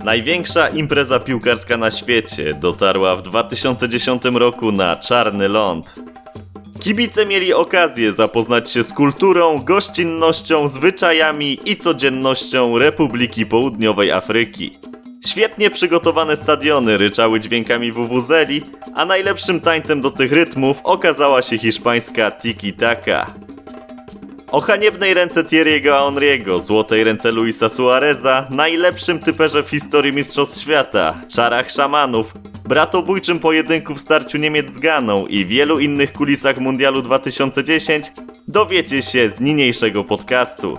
Największa impreza piłkarska na świecie dotarła w 2010 roku na Czarny Ląd. Kibice mieli okazję zapoznać się z kulturą, gościnnością, zwyczajami i codziennością Republiki Południowej Afryki. Świetnie przygotowane stadiony ryczały dźwiękami wuwuzeli, a najlepszym tańcem do tych rytmów okazała się hiszpańska tiki-taka. O haniebnej ręce Thierry'ego Henry'ego, złotej ręce Luisa Suareza, najlepszym typerze w historii Mistrzostw Świata, czarach szamanów, bratobójczym pojedynku w starciu Niemiec z Ganą i wielu innych kulisach Mundialu 2010 dowiecie się z niniejszego podcastu.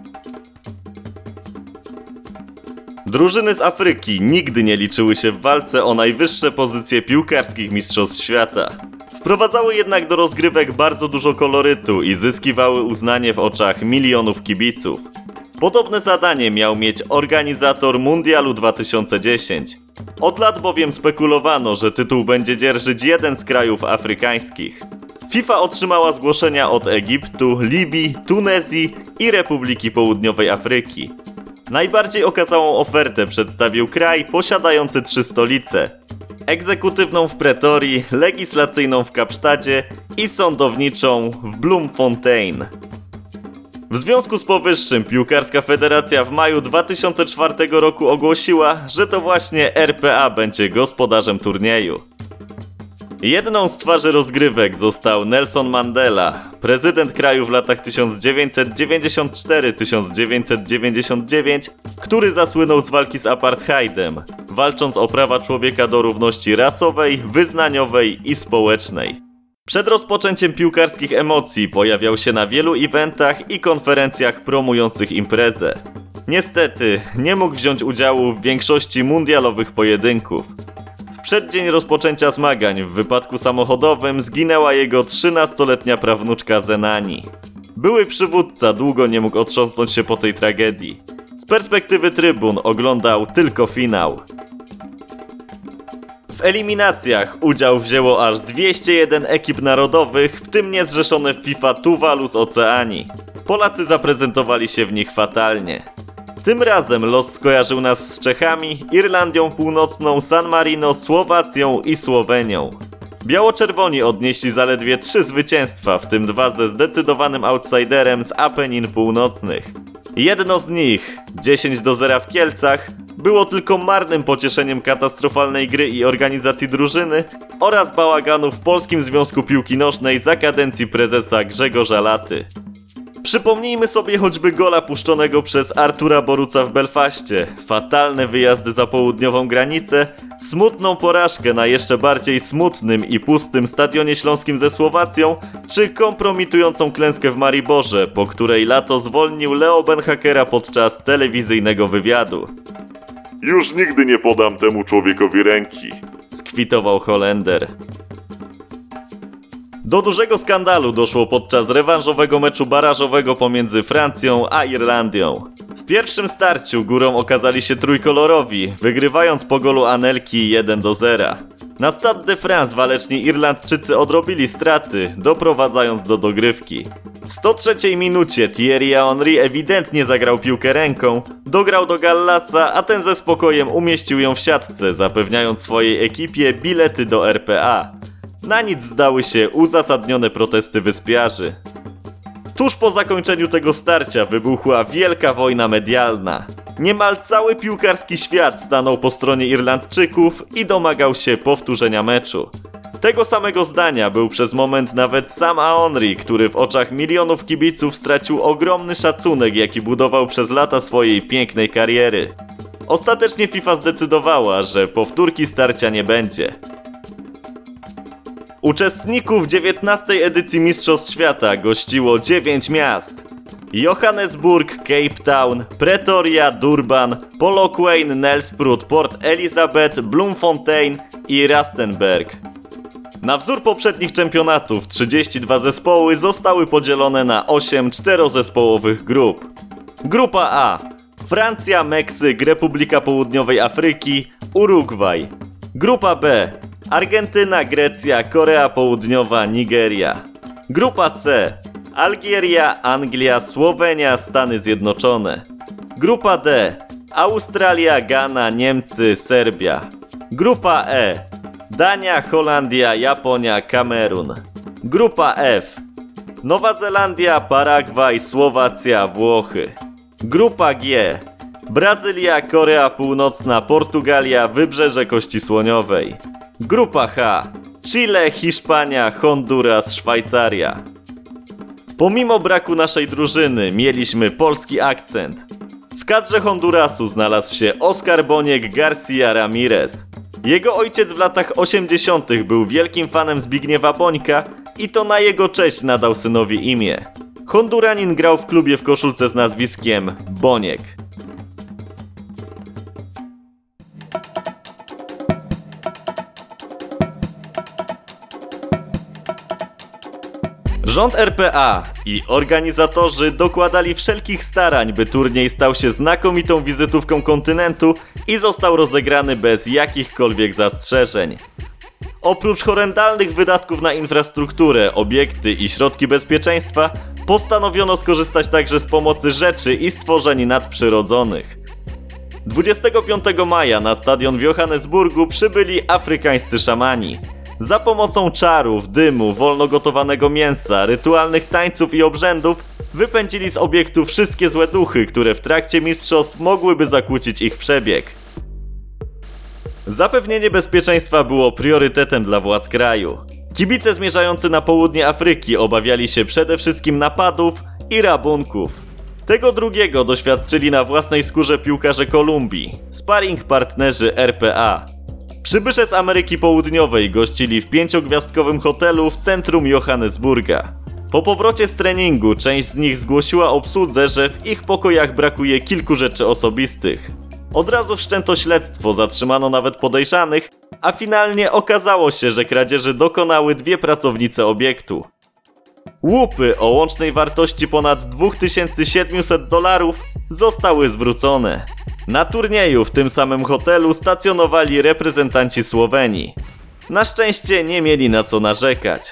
Drużyny z Afryki nigdy nie liczyły się w walce o najwyższe pozycje piłkarskich Mistrzostw Świata. Wprowadzały jednak do rozgrywek bardzo dużo kolorytu i zyskiwały uznanie w oczach milionów kibiców. Podobne zadanie miał mieć organizator Mundialu 2010. Od lat bowiem spekulowano, że tytuł będzie dzierżyć jeden z krajów afrykańskich. FIFA otrzymała zgłoszenia od Egiptu, Libii, Tunezji i Republiki Południowej Afryki. Najbardziej okazałą ofertę przedstawił kraj posiadający 3 stolice. Egzekutywną w Pretorii, legislacyjną w Kapsztadzie i sądowniczą w Bloemfontein. W związku z powyższym Piłkarska Federacja w maju 2004 roku ogłosiła, że to właśnie RPA będzie gospodarzem turnieju. Jedną z twarzy rozgrywek został Nelson Mandela, prezydent kraju w latach 1994-1999, który zasłynął z walki z apartheidem, walcząc o prawa człowieka do równości rasowej, wyznaniowej i społecznej. Przed rozpoczęciem piłkarskich emocji pojawiał się na wielu eventach i konferencjach promujących imprezę. Niestety, nie mógł wziąć udziału w większości mundialowych pojedynków. W przeddzień rozpoczęcia zmagań w wypadku samochodowym zginęła jego 13-letnia prawnuczka Zenani. Były przywódca długo nie mógł otrząsnąć się po tej tragedii. Z perspektywy trybun oglądał tylko finał. W eliminacjach udział wzięło aż 201 ekip narodowych, w tym niezrzeszone w FIFA Tuwalu z Oceanii. Polacy zaprezentowali się w nich fatalnie. Tym razem los skojarzył nas z Czechami, Irlandią Północną, San Marino, Słowacją i Słowenią. Biało-czerwoni odnieśli zaledwie 3 zwycięstwa, w tym 2 ze zdecydowanym outsiderem z Apenin Północnych. Jedno z nich, 10-0 w Kielcach, było tylko marnym pocieszeniem katastrofalnej gry i organizacji drużyny oraz bałaganu w Polskim Związku Piłki Nożnej za kadencji prezesa Grzegorza Laty. Przypomnijmy sobie choćby gola puszczonego przez Artura Boruca w Belfaście, fatalne wyjazdy za południową granicę, smutną porażkę na jeszcze bardziej smutnym i pustym Stadionie Śląskim ze Słowacją, czy kompromitującą klęskę w Mariborze, po której Lato zwolnił Leo Benhakera podczas telewizyjnego wywiadu. Już nigdy nie podam temu człowiekowi ręki, skwitował Holender. Do dużego skandalu doszło podczas rewanżowego meczu barażowego pomiędzy Francją a Irlandią. W pierwszym starciu górą okazali się trójkolorowi, wygrywając po golu Anelki 1-0. Na Stade de France waleczni Irlandczycy odrobili straty, doprowadzając do dogrywki. W 103 minucie Thierry Henry ewidentnie zagrał piłkę ręką, dograł do Gallasa, a ten ze spokojem umieścił ją w siatce, zapewniając swojej ekipie bilety do RPA. Na nic zdały się uzasadnione protesty wyspiarzy. Tuż po zakończeniu tego starcia wybuchła wielka wojna medialna. Niemal cały piłkarski świat stanął po stronie Irlandczyków i domagał się powtórzenia meczu. Tego samego zdania był przez moment nawet sam Henry, który w oczach milionów kibiców stracił ogromny szacunek, jaki budował przez lata swojej pięknej kariery. Ostatecznie FIFA zdecydowała, że powtórki starcia nie będzie. Uczestników 19. edycji Mistrzostw Świata gościło 9 miast. Johannesburg, Cape Town, Pretoria, Durban, Polokwane, Nelspruit, Port Elizabeth, Bloemfontein i Rustenburg. Na wzór poprzednich czempionatów 32 zespoły zostały podzielone na 8 czterozespołowych grup. Grupa A: Francja, Meksyk, Republika Południowej Afryki, Urugwaj. Grupa B: Argentyna, Grecja, Korea Południowa, Nigeria. Grupa C: Algieria, Anglia, Słowenia, Stany Zjednoczone. Grupa D: Australia, Ghana, Niemcy, Serbia. Grupa E. Dania, Holandia, Japonia, Kamerun. Grupa F. Nowa Zelandia, Paragwaj, Słowacja, Włochy. Grupa G. Brazylia, Korea Północna, Portugalia, Wybrzeże Kości Słoniowej. Grupa H. Chile, Hiszpania, Honduras, Szwajcaria. Pomimo braku naszej drużyny mieliśmy polski akcent. W kadrze Hondurasu znalazł się Oscar Boniek Garcia Ramirez. Jego ojciec w latach 80. był wielkim fanem Zbigniewa Bońka i to na jego cześć nadał synowi imię. Honduranin grał w klubie w koszulce z nazwiskiem Boniek. Rząd RPA i organizatorzy dokładali wszelkich starań, by turniej stał się znakomitą wizytówką kontynentu i został rozegrany bez jakichkolwiek zastrzeżeń. Oprócz horrendalnych wydatków na infrastrukturę, obiekty i środki bezpieczeństwa, postanowiono skorzystać także z pomocy rzeczy i stworzeń nadprzyrodzonych. 25 maja na stadion w Johannesburgu przybyli afrykańscy szamani. Za pomocą czarów, dymu, wolno gotowanego mięsa, rytualnych tańców i obrzędów wypędzili z obiektu wszystkie złe duchy, które w trakcie mistrzostw mogłyby zakłócić ich przebieg. Zapewnienie bezpieczeństwa było priorytetem dla władz kraju. Kibice zmierzający na południe Afryki obawiali się przede wszystkim napadów i rabunków. Tego drugiego doświadczyli na własnej skórze piłkarze Kolumbii, sparring partnerzy RPA. Przybysze z Ameryki Południowej gościli w 5-gwiazdkowym hotelu w centrum Johannesburga. Po powrocie z treningu część z nich zgłosiła obsłudze, że w ich pokojach brakuje kilku rzeczy osobistych. Od razu wszczęto śledztwo, zatrzymano nawet podejrzanych, a finalnie okazało się, że kradzieży dokonały dwie pracownice obiektu. Łupy o łącznej wartości ponad $2700 zostały zwrócone. Na turnieju w tym samym hotelu stacjonowali reprezentanci Słowenii. Na szczęście nie mieli na co narzekać.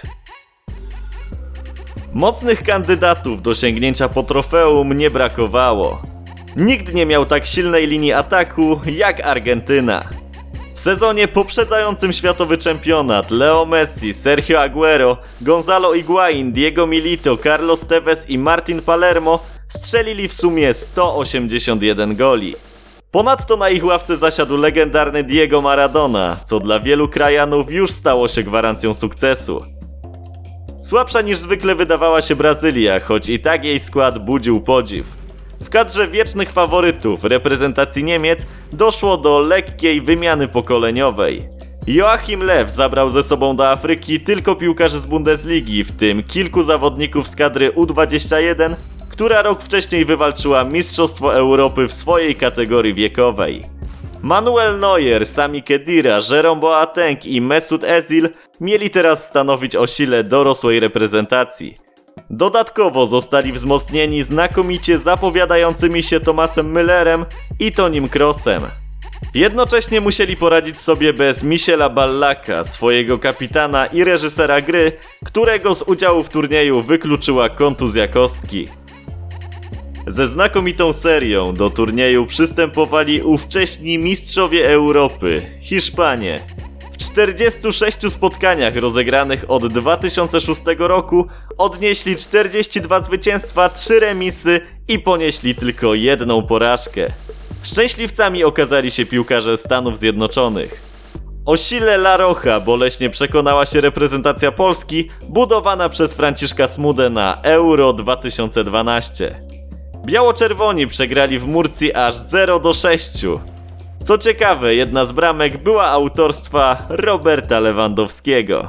Mocnych kandydatów do sięgnięcia po trofeum nie brakowało. Nikt nie miał tak silnej linii ataku jak Argentyna. W sezonie poprzedzającym światowy czempionat Leo Messi, Sergio Aguero, Gonzalo Higuaín, Diego Milito, Carlos Tevez i Martin Palermo strzelili w sumie 181 goli. Ponadto na ich ławce zasiadł legendarny Diego Maradona, co dla wielu krajanów już stało się gwarancją sukcesu. Słabsza niż zwykle wydawała się Brazylia, choć i tak jej skład budził podziw. W kadrze wiecznych faworytów reprezentacji Niemiec doszło do lekkiej wymiany pokoleniowej. Joachim Löw zabrał ze sobą do Afryki tylko piłkarzy z Bundesligi, w tym kilku zawodników z kadry U21, która rok wcześniej wywalczyła Mistrzostwo Europy w swojej kategorii wiekowej. Manuel Neuer, Sami Khedira, Jérôme Boateng i Mesut Özil mieli teraz stanowić o sile dorosłej reprezentacji. Dodatkowo zostali wzmocnieni znakomicie zapowiadającymi się Thomasem Müllerem i Tonim Kroosem. Jednocześnie musieli poradzić sobie bez Michela Ballaka, swojego kapitana i reżysera gry, którego z udziału w turnieju wykluczyła kontuzja kostki. Ze znakomitą serią do turnieju przystępowali ówcześni mistrzowie Europy, Hiszpanie. W 46 spotkaniach rozegranych od 2006 roku odnieśli 42 zwycięstwa, 3 remisy i ponieśli tylko 1 porażkę. Szczęśliwcami okazali się piłkarze Stanów Zjednoczonych. O sile La Roja boleśnie przekonała się reprezentacja Polski, budowana przez Franciszka Smudę na Euro 2012. Biało-czerwoni przegrali w Murcji aż 0-6. Co ciekawe, jedna z bramek była autorstwa Roberta Lewandowskiego.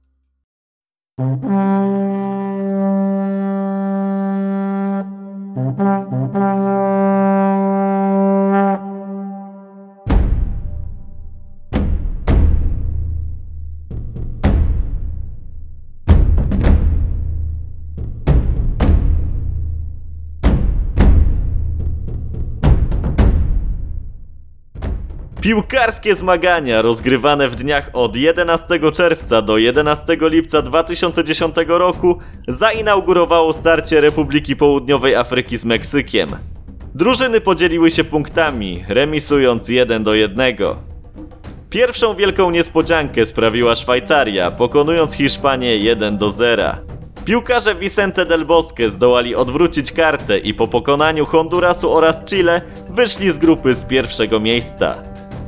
Piłkarskie zmagania rozgrywane w dniach od 11 czerwca do 11 lipca 2010 roku zainaugurowało starcie Republiki Południowej Afryki z Meksykiem. Drużyny podzieliły się punktami, remisując 1-1. Pierwszą wielką niespodziankę sprawiła Szwajcaria, pokonując Hiszpanię 1-0. Piłkarze Vicente del Bosque zdołali odwrócić kartę i po pokonaniu Hondurasu oraz Chile wyszli z grupy z pierwszego miejsca.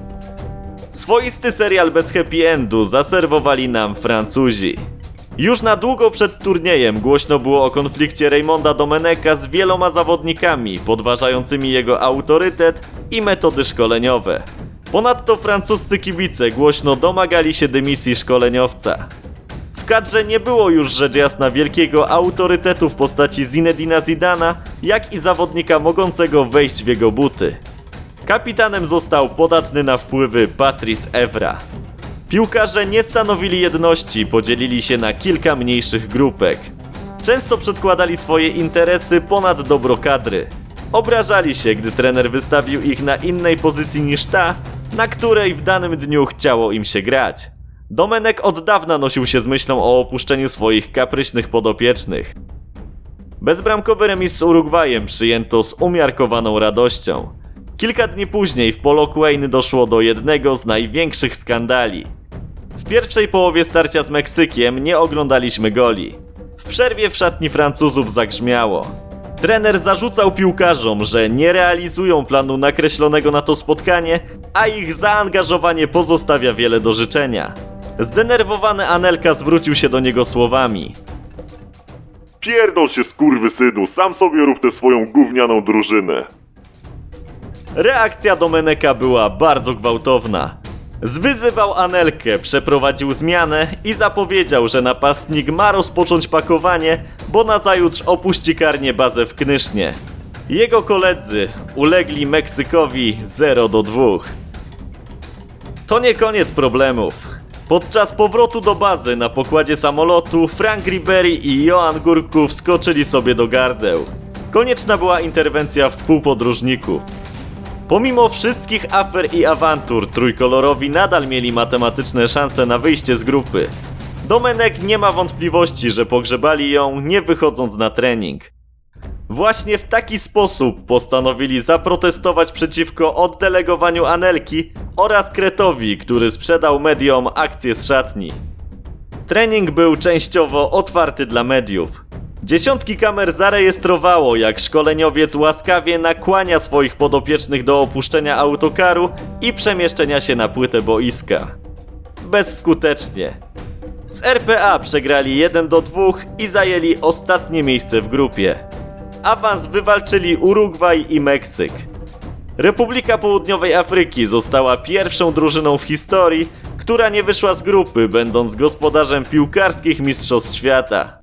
Swoisty serial bez happy endu zaserwowali nam Francuzi. Już na długo przed turniejem głośno było o konflikcie Raymonda Domeneca z wieloma zawodnikami, podważającymi jego autorytet i metody szkoleniowe. Ponadto francuscy kibice głośno domagali się dymisji szkoleniowca. W kadrze nie było już rzecz jasna wielkiego autorytetu w postaci Zinedina Zidana, jak i zawodnika mogącego wejść w jego buty. Kapitanem został podatny na wpływy Patrice Evra. Piłkarze nie stanowili jedności, podzielili się na kilka mniejszych grupek. Często przedkładali swoje interesy ponad dobro kadry. Obrażali się, gdy trener wystawił ich na innej pozycji niż ta, na której w danym dniu chciało im się grać. Domenech od dawna nosił się z myślą o opuszczeniu swoich kapryśnych podopiecznych. Bezbramkowy remis z Urugwajem przyjęto z umiarkowaną radością. Kilka dni później w Polo Quain doszło do jednego z największych skandali. W pierwszej połowie starcia z Meksykiem nie oglądaliśmy goli. W przerwie w szatni Francuzów zagrzmiało. Trener zarzucał piłkarzom, że nie realizują planu nakreślonego na to spotkanie, a ich zaangażowanie pozostawia wiele do życzenia. Zdenerwowany Anelka zwrócił się do niego słowami: Pierdol się, skurwysynu, sam sobie rób tę swoją gównianą drużynę. Reakcja Domeneca była bardzo gwałtowna. Zwyzywał Anelkę, przeprowadził zmianę i zapowiedział, że napastnik ma rozpocząć pakowanie, bo nazajutrz opuści karnie bazę w Knysznie. Jego koledzy ulegli Meksykowi 0-2. To nie koniec problemów. Podczas powrotu do bazy na pokładzie samolotu Frank Ribery i Johan Górków wskoczyli sobie do gardeł. Konieczna była interwencja współpodróżników. Pomimo wszystkich afer i awantur, trójkolorowi nadal mieli matematyczne szanse na wyjście z grupy. Domenech nie ma wątpliwości, że pogrzebali ją, nie wychodząc na trening. Właśnie w taki sposób postanowili zaprotestować przeciwko oddelegowaniu Anelki oraz Kretowi, który sprzedał mediom akcje z szatni. Trening był częściowo otwarty dla mediów. Dziesiątki kamer zarejestrowało, jak szkoleniowiec łaskawie nakłania swoich podopiecznych do opuszczenia autokaru i przemieszczenia się na płytę boiska. Bezskutecznie. Z RPA przegrali 1-2 i zajęli ostatnie miejsce w grupie. Awans wywalczyli Urugwaj i Meksyk. Republika Południowej Afryki została pierwszą drużyną w historii, która nie wyszła z grupy, będąc gospodarzem piłkarskich mistrzostw świata.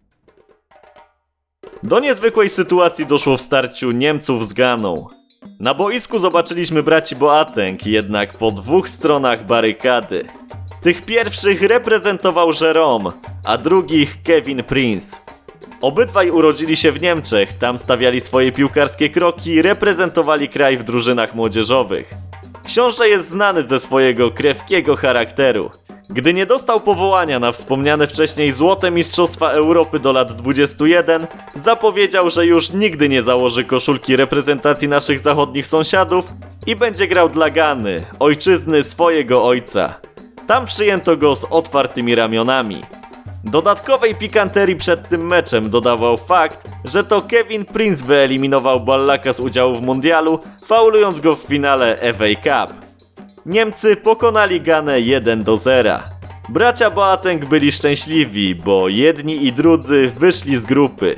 Do niezwykłej sytuacji doszło w starciu Niemców z Ganą. Na boisku zobaczyliśmy braci Boateng, jednak po dwóch stronach barykady. Tych pierwszych reprezentował Jérôme, a drugich Kevin Prince. Obydwaj urodzili się w Niemczech, tam stawiali swoje piłkarskie kroki, reprezentowali kraj w drużynach młodzieżowych. Książę jest znany ze swojego krewkiego charakteru. Gdy nie dostał powołania na wspomniane wcześniej złote mistrzostwa Europy do lat 21, zapowiedział, że już nigdy nie założy koszulki reprezentacji naszych zachodnich sąsiadów i będzie grał dla Gany, ojczyzny swojego ojca. Tam przyjęto go z otwartymi ramionami. Dodatkowej pikanterii przed tym meczem dodawał fakt, że to Kevin Prince wyeliminował Ballaka z udziału w mundialu, faulując go w finale FA Cup. Niemcy pokonali Ganę 1-0. Bracia Boateng byli szczęśliwi, bo jedni i drudzy wyszli z grupy.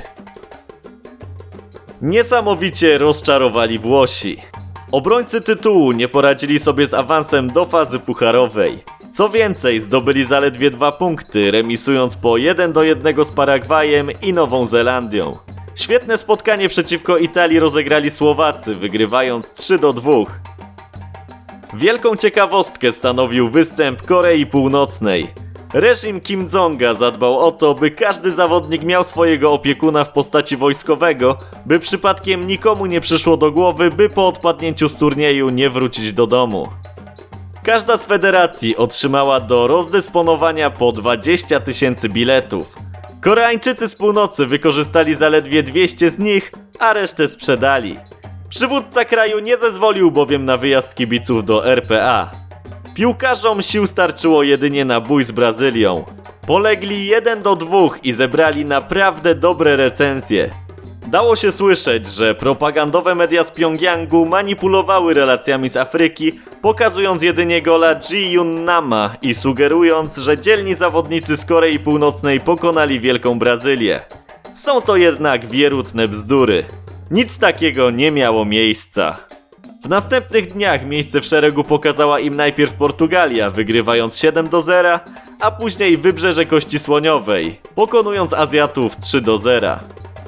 Niesamowicie rozczarowali Włosi. Obrońcy tytułu nie poradzili sobie z awansem do fazy pucharowej. Co więcej, zdobyli zaledwie 2 punkty, remisując po 1-1 z Paragwajem i Nową Zelandią. Świetne spotkanie przeciwko Italii rozegrali Słowacy, wygrywając 3-2. Wielką ciekawostkę stanowił występ Korei Północnej. Reżim Kim Jong-a zadbał o to, by każdy zawodnik miał swojego opiekuna w postaci wojskowego, by przypadkiem nikomu nie przyszło do głowy, by po odpadnięciu z turnieju nie wrócić do domu. Każda z federacji otrzymała do rozdysponowania po 20 000 biletów. Koreańczycy z północy wykorzystali zaledwie 200 z nich, a resztę sprzedali. Przywódca kraju nie zezwolił bowiem na wyjazd kibiców do RPA. Piłkarzom sił starczyło jedynie na bój z Brazylią. Polegli 1-2 i zebrali naprawdę dobre recenzje. Dało się słyszeć, że propagandowe media z Pjongjangu manipulowały relacjami z Afryki, pokazując jedynie gola Ji-Yun Nama i sugerując, że dzielni zawodnicy z Korei Północnej pokonali Wielką Brazylię. Są to jednak wierutne bzdury. Nic takiego nie miało miejsca. W następnych dniach miejsce w szeregu pokazała im najpierw Portugalia, wygrywając 7-0, a później Wybrzeże Kości Słoniowej, pokonując Azjatów 3-0.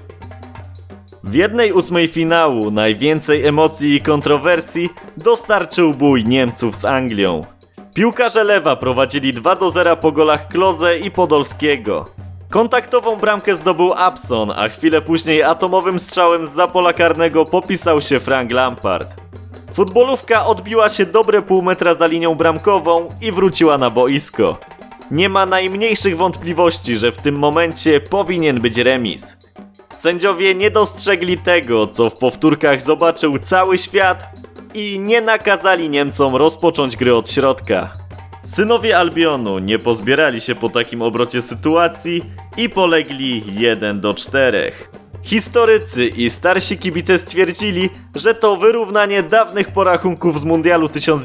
W 1/8 finału najwięcej emocji i kontrowersji dostarczył bój Niemców z Anglią. Piłkarze Lewa prowadzili 2-0 po golach Klose i Podolskiego. Kontaktową bramkę zdobył Upson, a chwilę później atomowym strzałem zza pola karnego popisał się Frank Lampard. Futbolówka odbiła się dobre pół metra za linią bramkową i wróciła na boisko. Nie ma najmniejszych wątpliwości, że w tym momencie powinien być remis. Sędziowie nie dostrzegli tego, co w powtórkach zobaczył cały świat i nie nakazali Niemcom rozpocząć gry od środka. Synowie Albionu nie pozbierali się po takim obrocie sytuacji i polegli 1-4. Historycy i starsi kibice stwierdzili, że to wyrównanie dawnych porachunków z mundialu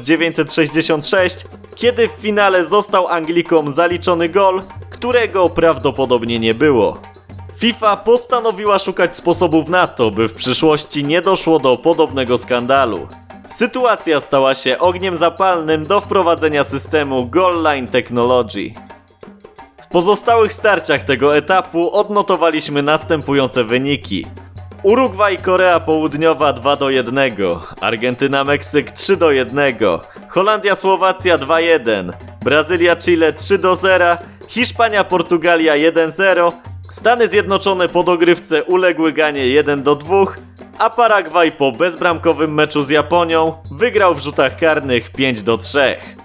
1966, kiedy w finale został Anglikom zaliczony gol, którego prawdopodobnie nie było. FIFA postanowiła szukać sposobów na to, by w przyszłości nie doszło do podobnego skandalu. Sytuacja stała się ogniem zapalnym do wprowadzenia systemu Goal Line Technology. W pozostałych starciach tego etapu odnotowaliśmy następujące wyniki. Urugwaj Korea Południowa 2-1, Argentyna Meksyk 3-1, Holandia Słowacja 2-1, Brazylia Chile 3-0, Hiszpania Portugalia 1-0, Stany Zjednoczone po dogrywce uległy Ganie 1-2, a Paragwaj po bezbramkowym meczu z Japonią wygrał w rzutach karnych 5-3.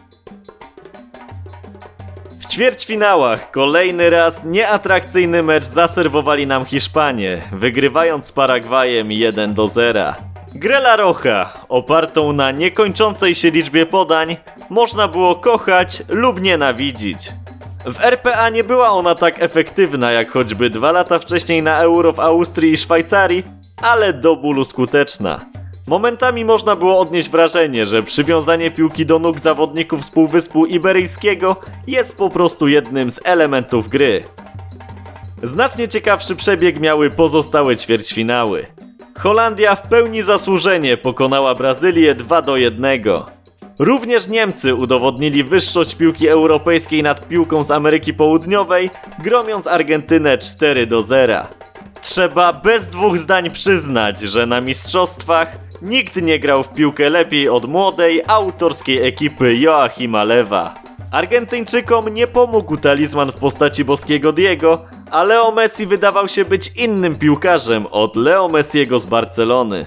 W ćwierćfinałach kolejny raz nieatrakcyjny mecz zaserwowali nam Hiszpanie, wygrywając z Paragwajem 1-0. Grę La Roja, opartą na niekończącej się liczbie podań, można było kochać lub nienawidzić. W RPA nie była ona tak efektywna jak choćby 2 lata wcześniej na Euro w Austrii i Szwajcarii, ale do bólu skuteczna. Momentami można było odnieść wrażenie, że przywiązanie piłki do nóg zawodników z Półwyspu Iberyjskiego jest po prostu jednym z elementów gry. Znacznie ciekawszy przebieg miały pozostałe ćwierćfinały. Holandia w pełni zasłużenie pokonała Brazylię 2-1. Również Niemcy udowodnili wyższość piłki europejskiej nad piłką z Ameryki Południowej, gromiąc Argentynę 4-0. Trzeba bez dwóch zdań przyznać, że na mistrzostwach nikt nie grał w piłkę lepiej od młodej, autorskiej ekipy Joachima Lewa. Argentyńczykom nie pomógł talizman w postaci boskiego Diego, a Leo Messi wydawał się być innym piłkarzem od Leo Messiego z Barcelony.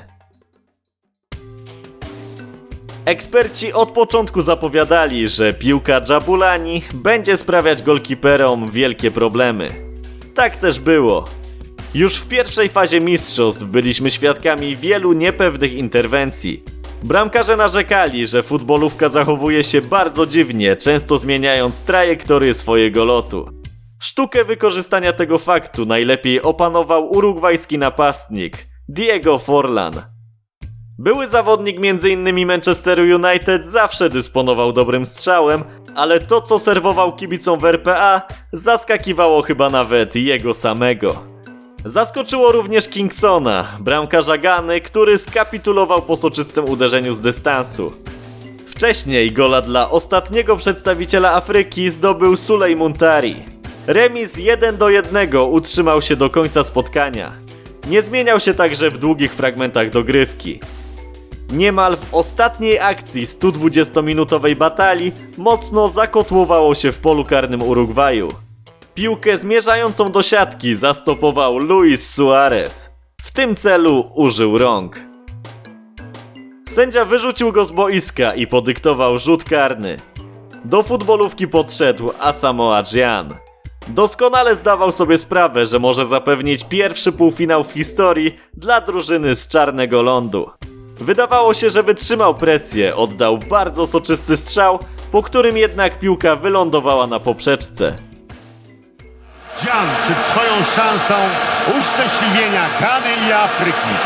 Eksperci od początku zapowiadali, że piłka Jabulani będzie sprawiać golkiperom wielkie problemy. Tak też było. Już w pierwszej fazie mistrzostw byliśmy świadkami wielu niepewnych interwencji. Bramkarze narzekali, że futbolówka zachowuje się bardzo dziwnie, często zmieniając trajektorię swojego lotu. Sztukę wykorzystania tego faktu najlepiej opanował urugwajski napastnik Diego Forlan. Były zawodnik m.in. Manchesteru United zawsze dysponował dobrym strzałem, ale to co serwował kibicom w RPA zaskakiwało chyba nawet jego samego. Zaskoczyło również Kingsona, bramkarza Gany, który skapitulował po soczystym uderzeniu z dystansu. Wcześniej gola dla ostatniego przedstawiciela Afryki zdobył Sulej Muntari. Remis 1-1 utrzymał się do końca spotkania. Nie zmieniał się także w długich fragmentach dogrywki. Niemal w ostatniej akcji 120-minutowej batalii mocno zakotłowało się w polu karnym Urugwaju. Piłkę zmierzającą do siatki zastopował Luis Suarez. W tym celu użył rąk. Sędzia wyrzucił go z boiska i podyktował rzut karny. Do futbolówki podszedł Asamoah Gyan. Doskonale zdawał sobie sprawę, że może zapewnić pierwszy półfinał w historii dla drużyny z Czarnego Lądu. Wydawało się, że wytrzymał presję, oddał bardzo soczysty strzał, po którym jednak piłka wylądowała na poprzeczce. Jan przed swoją szansą uszczęśliwienia Gany i Afryki.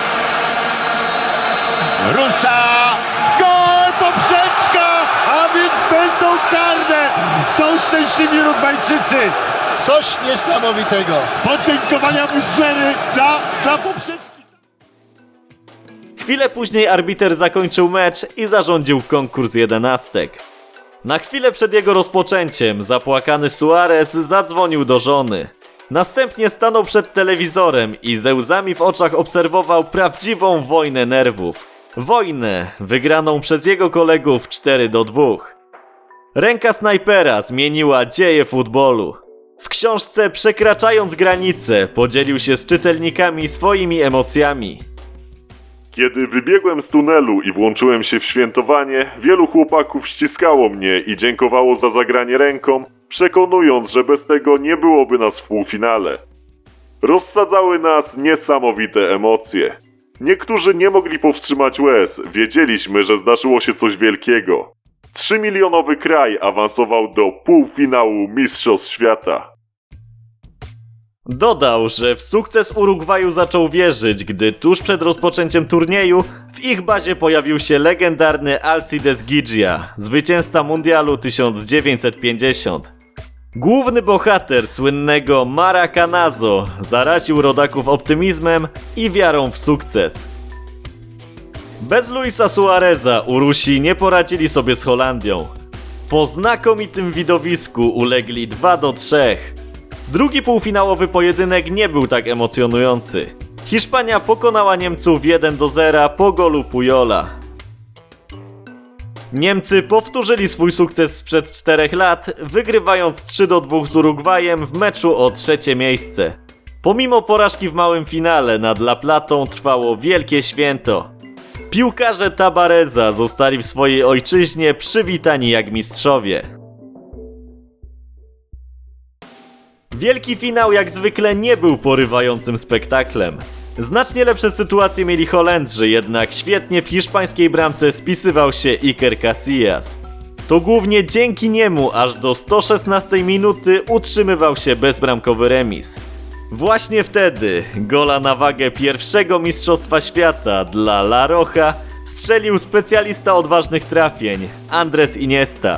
Rusza! Gol! Poprzeczka! A więc będą karne! Są szczęśliwi Urugwajczycy! Coś niesamowitego. Podziękowania Muszlery dla poprzeczki! Chwilę później arbiter zakończył mecz i zarządził konkurs jedenastek. Na chwilę przed jego rozpoczęciem zapłakany Suarez zadzwonił do żony. Następnie stanął przed telewizorem i ze łzami w oczach obserwował prawdziwą wojnę nerwów. Wojnę wygraną przez jego kolegów 4-2. Ręka snajpera zmieniła dzieje futbolu. W książce Przekraczając granice podzielił się z czytelnikami swoimi emocjami. Kiedy wybiegłem z tunelu i włączyłem się w świętowanie, wielu chłopaków ściskało mnie i dziękowało za zagranie ręką, przekonując, że bez tego nie byłoby nas w półfinale. Rozsadzały nas niesamowite emocje. Niektórzy nie mogli powstrzymać łez, wiedzieliśmy, że zdarzyło się coś wielkiego. 3-milionowy kraj awansował do półfinału Mistrzostw Świata. Dodał, że w sukces Urugwaju zaczął wierzyć, gdy tuż przed rozpoczęciem turnieju w ich bazie pojawił się legendarny Alcides Gijia, zwycięzca mundialu 1950. Główny bohater słynnego Maracanazo zaraził rodaków optymizmem i wiarą w sukces. Bez Luisa Suareza Urusi nie poradzili sobie z Holandią. Po znakomitym widowisku ulegli 2-3. Drugi półfinałowy pojedynek nie był tak emocjonujący. Hiszpania pokonała Niemców 1-0 po golu Pujola. Niemcy powtórzyli swój sukces sprzed 4 lat, wygrywając 3-2 z Urugwajem w meczu o 3. miejsce. Pomimo porażki w małym finale nad La Platą trwało wielkie święto. Piłkarze Tabareza zostali w swojej ojczyźnie przywitani jak mistrzowie. Wielki finał jak zwykle nie był porywającym spektaklem. Znacznie lepsze sytuacje mieli Holendrzy, jednak świetnie w hiszpańskiej bramce spisywał się Iker Casillas. To głównie dzięki niemu aż do 116 minuty utrzymywał się bezbramkowy remis. Właśnie wtedy gola na wagę pierwszego mistrzostwa świata dla La Roja strzelił specjalista odważnych trafień Andrés Iniesta.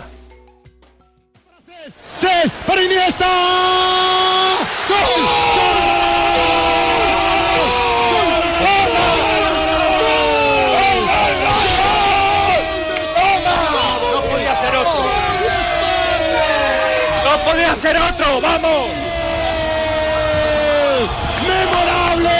Para Iniesta! Gol! No podía ser otro. No podía ser otro, vamos. Memorable!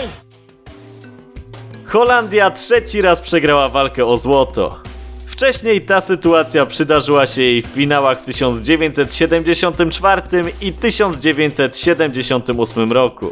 Holandia trzeci raz przegrała walkę o złoto. Wcześniej ta sytuacja przydarzyła się jej w finałach w 1974 i 1978 roku.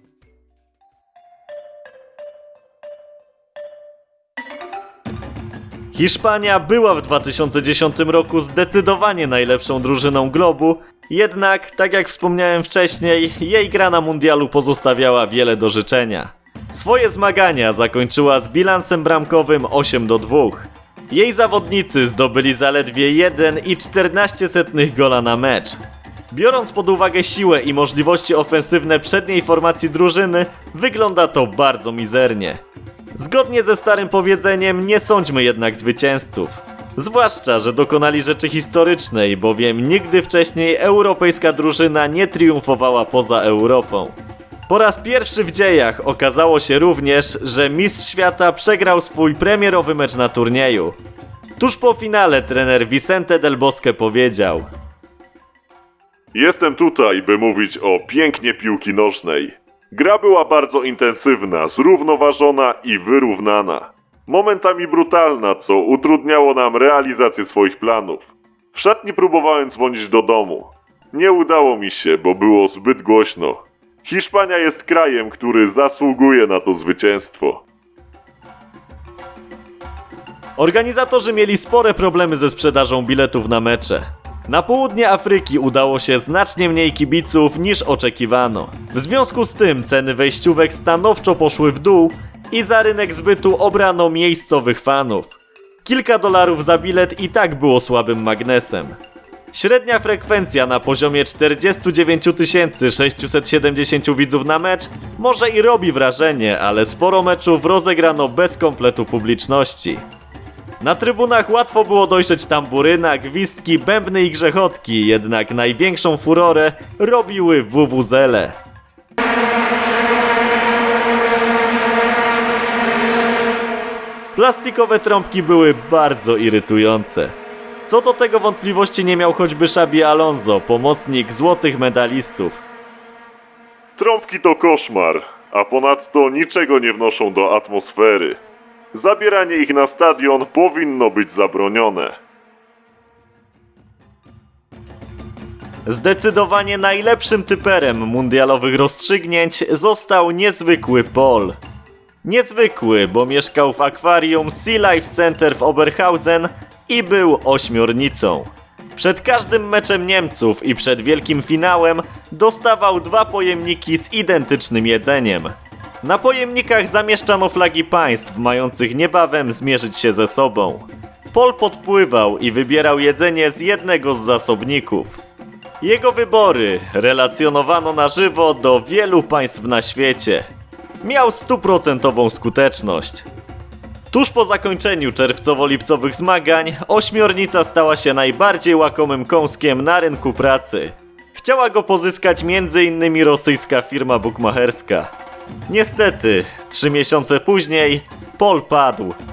Hiszpania była w 2010 roku zdecydowanie najlepszą drużyną globu, jednak, tak jak wspomniałem wcześniej, jej gra na mundialu pozostawiała wiele do życzenia. Swoje zmagania zakończyła z bilansem bramkowym 8-2. Jej zawodnicy zdobyli zaledwie 1,14 gola na mecz. Biorąc pod uwagę siłę i możliwości ofensywne przedniej formacji drużyny, wygląda to bardzo mizernie. Zgodnie ze starym powiedzeniem, nie sądźmy jednak zwycięzców. Zwłaszcza, że dokonali rzeczy historycznej, bowiem nigdy wcześniej europejska drużyna nie triumfowała poza Europą. Po raz pierwszy w dziejach okazało się również, że mistrz świata przegrał swój premierowy mecz na turnieju. Tuż po finale trener Vicente del Bosque powiedział: Jestem tutaj, by mówić o pięknie piłki nożnej. Gra była bardzo intensywna, zrównoważona i wyrównana. Momentami brutalna, co utrudniało nam realizację swoich planów. W szatni próbowałem dzwonić do domu. Nie udało mi się, bo było zbyt głośno. Hiszpania jest krajem, który zasługuje na to zwycięstwo. Organizatorzy mieli spore problemy ze sprzedażą biletów na mecze. Na południe Afryki udało się znacznie mniej kibiców niż oczekiwano. W związku z tym ceny wejściówek stanowczo poszły w dół i za rynek zbytu obrano miejscowych fanów. Kilka dolarów za bilet i tak było słabym magnesem. Średnia frekwencja na poziomie 49 670 widzów na mecz może i robi wrażenie, ale sporo meczów rozegrano bez kompletu publiczności. Na trybunach łatwo było dojrzeć tamburyna, gwizdki, bębny i grzechotki, jednak największą furorę robiły wuwuzele. Plastikowe trąbki były bardzo irytujące. Co do tego wątpliwości nie miał choćby Xabi Alonso, pomocnik złotych medalistów. Trąbki to koszmar, a ponadto niczego nie wnoszą do atmosfery. Zabieranie ich na stadion powinno być zabronione. Zdecydowanie najlepszym typerem mundialowych rozstrzygnięć został niezwykły Paul. Niezwykły, bo mieszkał w akwarium Sea Life Center w Oberhausen i był ośmiornicą. Przed każdym meczem Niemców i przed wielkim finałem dostawał 2 pojemniki z identycznym jedzeniem. Na pojemnikach zamieszczano flagi państw mających niebawem zmierzyć się ze sobą. Paul podpływał i wybierał jedzenie z jednego z zasobników. Jego wybory relacjonowano na żywo do wielu państw na świecie. Miał 100% skuteczność. Tuż po zakończeniu czerwcowo-lipcowych zmagań, ośmiornica stała się najbardziej łakomym kąskiem na rynku pracy. Chciała go pozyskać m.in. rosyjska firma bukmacherska. Niestety, 3 miesiące później Paul padł.